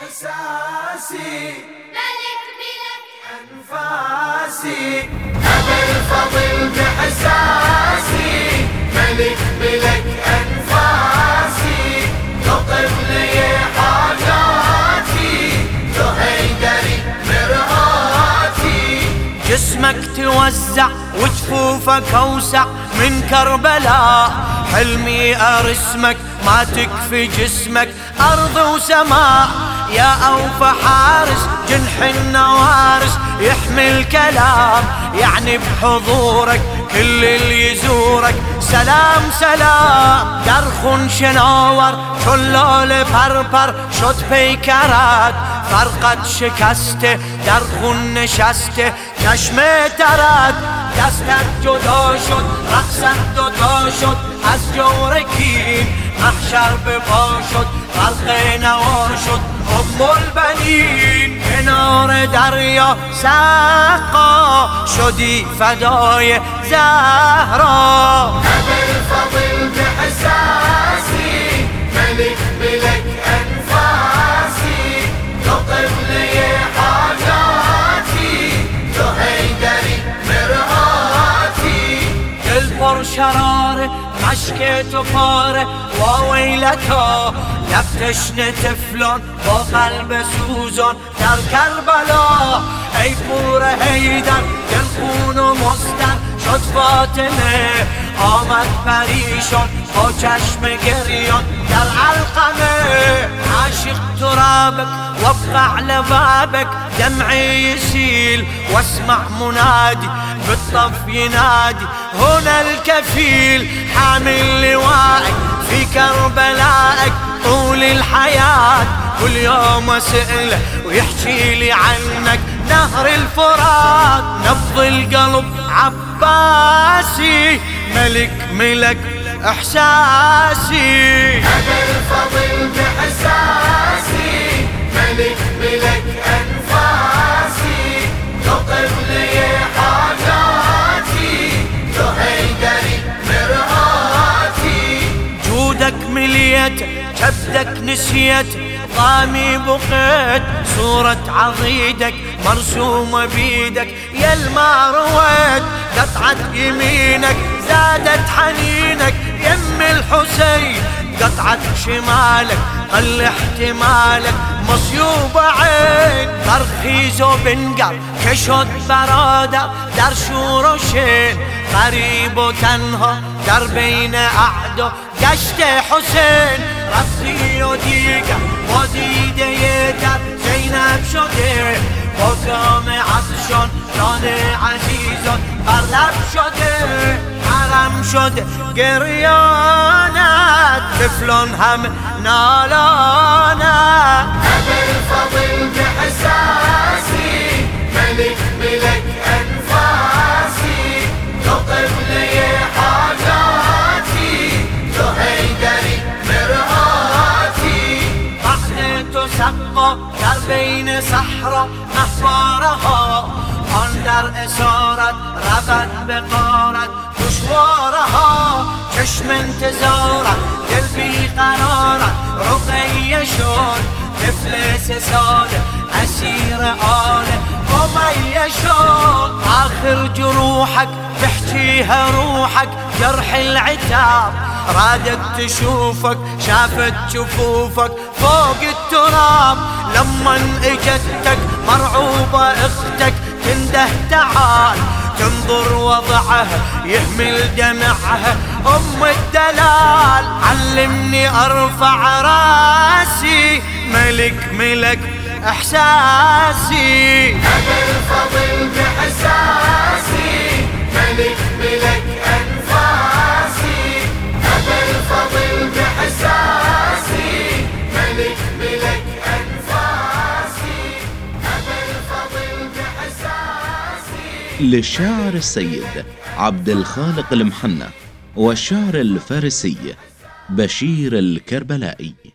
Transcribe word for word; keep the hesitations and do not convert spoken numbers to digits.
إحساسي ملك ملك أنفاسي أبا الفضل بإحساسي ملك ملك أنفاسي لطف لي حاجاتي لو هيدري مرآتي جسمك توزع وجفوفك أوسع من كربلاء حلمي أرسمك ما تكفي جسمك أرض وسماء يا أوفى حارس جنح النوارس يحمي الكلام يعني بحضورك كل اللي يزورك سلام سلام درخون شناور شلال پرپر شد پیکرت فرقت شکسته درخون نشسته چشم ترد دستت جدا شد رقصت دوتا شد از جور کین محشر به پا شد خلق نوار شد ام البنین کنار دریا سقا شدی فدای زهرا أبا الفضل بإحساسي ملك ملك أنفاسي لطف لي حاجاتي لو هيدري مرآتي دل پر شراره مشک تو پاره واویلتا لب تشنه طفلان با قلب سوزان در کربلا ای پور حیدر دل خون و مستر شد فاطمه آمد پریشان با چشم گریان در علقمه عاشق ترابك وابقى على بابك دمعي يسيل واسمع منادي بالطف ينادي هنا الكفيل حامل لوائك في كربلائك طول الحياة كل يوم اسأله ويحكي لي عنك نهر الفرات نبض القلب عباسي ملك ملك إحساسي أبا الفضل بإحساسي ملك ملك أنفاسي لطف لي حاجاتي لو هيدري مرآتي جودك مليت كبدك نسيت ضامي بقيت صورة عضيدك مرسومة بيدك يا الما رويت قطعة يمينك زادت حنينك يم الحسين قطعة شمالك قل احتمالك مصيوب عين ترخيز وبنقر كشد برادة در شور و شين غريب و تنها در بين أعدو گشت حسين رفتی و دیگر با دیده در زینب شده با کام عطشان جان عزیزان بر لب شده حرم شده گریانت طفلان هم نالانت أبا الفضل بإحساسي ملك ملك أنفاسي لطف لي حاجاتي لو هيدري مرآتي رحلة سقا در بين صحرا محفارها آن در اسارت ربط بقارت دشوارها چشم انتظارت دل بی قرارت رقیه شد طفل سه ساله اسیر آله امیه شد آخر جروحك تحكيها روحك جرح العتاب رادت تشوفك شافت جفوفك فوق التراب لما اجتك مرعوبة اختك تنده تعال تنظر وضعها يهمل دمعها ام الدلال علمني ارفع راسي ملك ملك احساسي أبا الفضل بإحساسي ملك ملك أنفاسي أبا الفضل بإحساسي ملك ملك أنفاسي أبا الفضل بإحساسي للشاعر السيد عبد الخالق المحنى والشاعر الفارسي بشير الكربلائي.